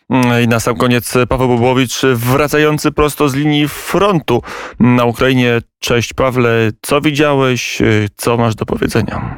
I na sam koniec Paweł Bobołowicz, wracający prosto z linii frontu na Ukrainie. Cześć Pawle, co widziałeś, co masz do powiedzenia?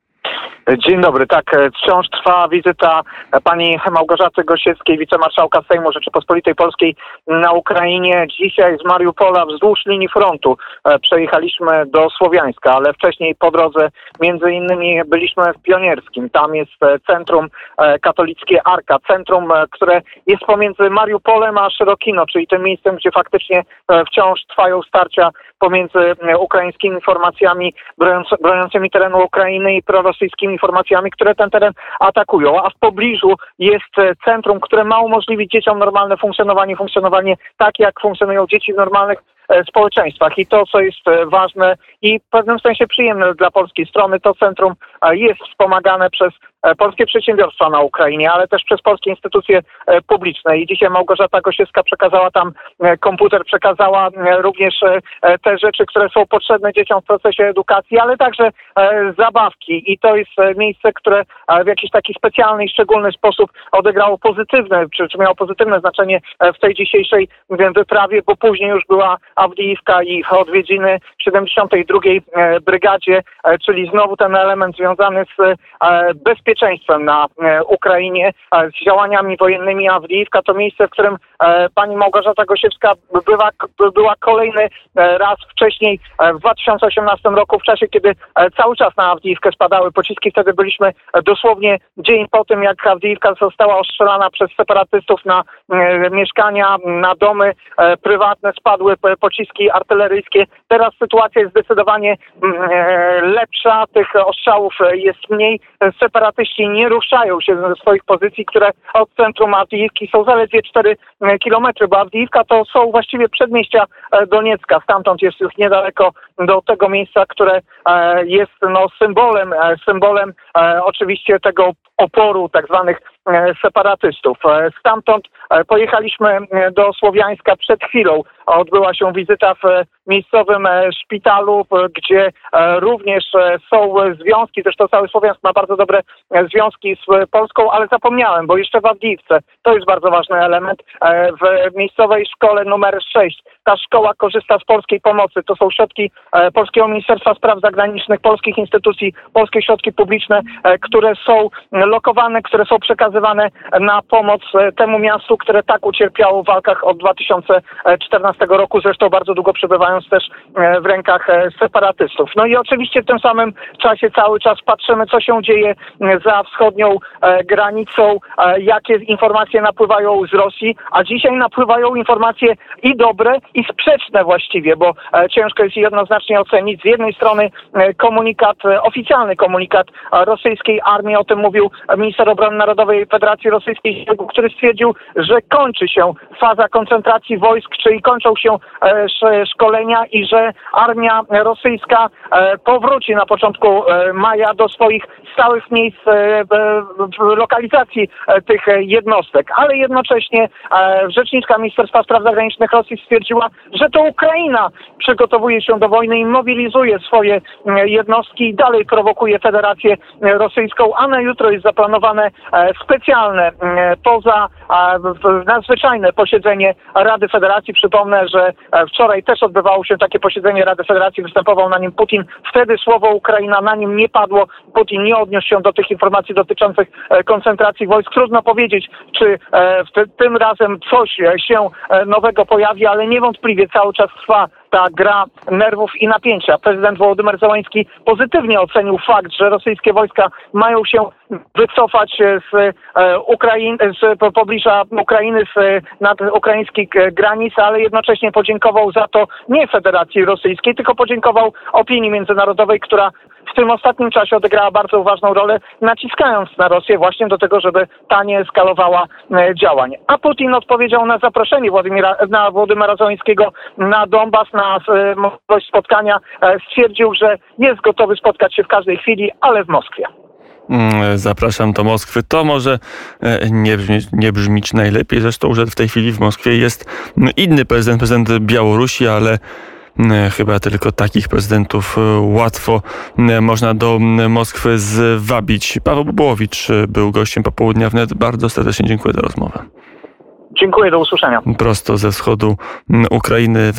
Dzień dobry. Tak, wciąż trwa wizyta pani Małgorzaty Gosiewskiej, wicemarszałka Sejmu Rzeczypospolitej Polskiej na Ukrainie. Dzisiaj z Mariupola wzdłuż linii frontu przejechaliśmy do Słowiańska, ale wcześniej po drodze między innymi byliśmy w Pionierskim. Tam jest centrum katolickie Arka, centrum, które jest pomiędzy Mariupolem a Szerokino, czyli tym miejscem, gdzie faktycznie wciąż trwają starcia pomiędzy ukraińskimi formacjami broniącymi terenu Ukrainy i prorosyjskimi formacjami, które ten teren atakują. A w pobliżu jest centrum, które ma umożliwić dzieciom normalne funkcjonowanie tak, jak funkcjonują dzieci w normalnych społeczeństwach. I to, co jest ważne i w pewnym sensie przyjemne dla polskiej strony, to centrum jest wspomagane przez polskie przedsiębiorstwa na Ukrainie, ale też przez polskie instytucje publiczne. I dzisiaj Małgorzata Gosiewska przekazała tam komputer, przekazała również te rzeczy, które są potrzebne dzieciom w procesie edukacji, ale także zabawki. I to jest miejsce, które w jakiś taki specjalny i szczególny sposób odegrało pozytywne, czy miało pozytywne znaczenie w tej dzisiejszej wyprawie, bo później już była Awdijiwka i odwiedziny 72. Brygadzie, czyli znowu ten element związany z bezpieczeństwem na Ukrainie, z działaniami wojennymi. Awdijiwka to miejsce, w którym pani Małgorzata Gosiewska była kolejny raz wcześniej w 2018 roku, w czasie, kiedy cały czas na Awdijiwkę spadały pociski. Wtedy byliśmy dosłownie dzień po tym, jak Awdijiwka została ostrzelana przez separatystów na mieszkania, na domy prywatne, spadły pociski artyleryjskie. Teraz sytuacja jest zdecydowanie lepsza, tych ostrzałów jest mniej. Separatyści nie ruszają się ze swoich pozycji, które od centrum Awdijiwki są zaledwie 4 kilometry, bo Awdijiwka to są właściwie przedmieścia Doniecka. Stamtąd jest już niedaleko do tego miejsca, które jest symbolem oczywiście tego oporu tak zwanych separatystów. Stamtąd pojechaliśmy do Słowiańska przed chwilą. Odbyła się wizyta w miejscowym szpitalu, gdzie również są związki, zresztą cały Słowiańsk ma bardzo dobre związki z Polską, ale zapomniałem, bo jeszcze w Awdijiwce, to jest bardzo ważny element, w miejscowej szkole numer 6. Ta szkoła korzysta z polskiej pomocy. To są środki Polskiego Ministerstwa Spraw Zagranicznych, polskich instytucji, polskie środki publiczne, które są lokowane, które są przekazywane na pomoc temu miastu, które tak ucierpiało w walkach od 2014 roku, zresztą bardzo długo przebywając też w rękach separatystów. No i oczywiście w tym samym czasie cały czas patrzymy, co się dzieje za wschodnią granicą, jakie informacje napływają z Rosji, a dzisiaj napływają informacje i dobre, i sprzeczne właściwie, bo ciężko jest jednoznacznie ocenić. Z jednej strony oficjalny komunikat rosyjskiej armii, o tym mówił minister obrony narodowej Federacji Rosyjskiej, który stwierdził, że kończy się faza koncentracji wojsk, czyli kończą się szkolenia i że armia rosyjska powróci na początku maja do swoich stałych miejsc lokalizacji tych jednostek. Ale jednocześnie rzeczniczka Ministerstwa Spraw Zagranicznych Rosji stwierdziła, że to Ukraina przygotowuje się do wojny i mobilizuje swoje jednostki i dalej prowokuje Federację Rosyjską, a na jutro jest zaplanowane specjalne, nadzwyczajne posiedzenie Rady Federacji. Przypomnę, że wczoraj też odbywało się takie posiedzenie Rady Federacji, występował na nim Putin. Wtedy słowo Ukraina na nim nie padło. Putin nie odniósł się do tych informacji dotyczących koncentracji wojsk. Trudno powiedzieć, czy tym razem coś się nowego pojawi, ale niewątpliwie cały czas trwa ta gra nerwów i napięcia. Prezydent Wołodymyr Zełański pozytywnie ocenił fakt, że rosyjskie wojska mają się wycofać z pobliża Ukrainy, nad ukraińskich granic, ale jednocześnie podziękował za to nie Federacji Rosyjskiej, tylko podziękował opinii międzynarodowej, która w tym ostatnim czasie odegrała bardzo ważną rolę, naciskając na Rosję właśnie do tego, żeby ta nie eskalowała działań. A Putin odpowiedział na zaproszenie Wołodymyra Zełańskiego na Donbas, na możliwość spotkania. Stwierdził, że jest gotowy spotkać się w każdej chwili, ale w Moskwie. Zapraszam do Moskwy. To może nie brzmieć najlepiej. Zresztą, że w tej chwili w Moskwie jest inny prezydent Białorusi, ale chyba tylko takich prezydentów łatwo można do Moskwy zwabić. Paweł Bobołowicz był gościem Popołudnia Wnet. Bardzo serdecznie dziękuję za rozmowę. Dziękuję, do usłyszenia. Prosto ze wschodu Ukrainy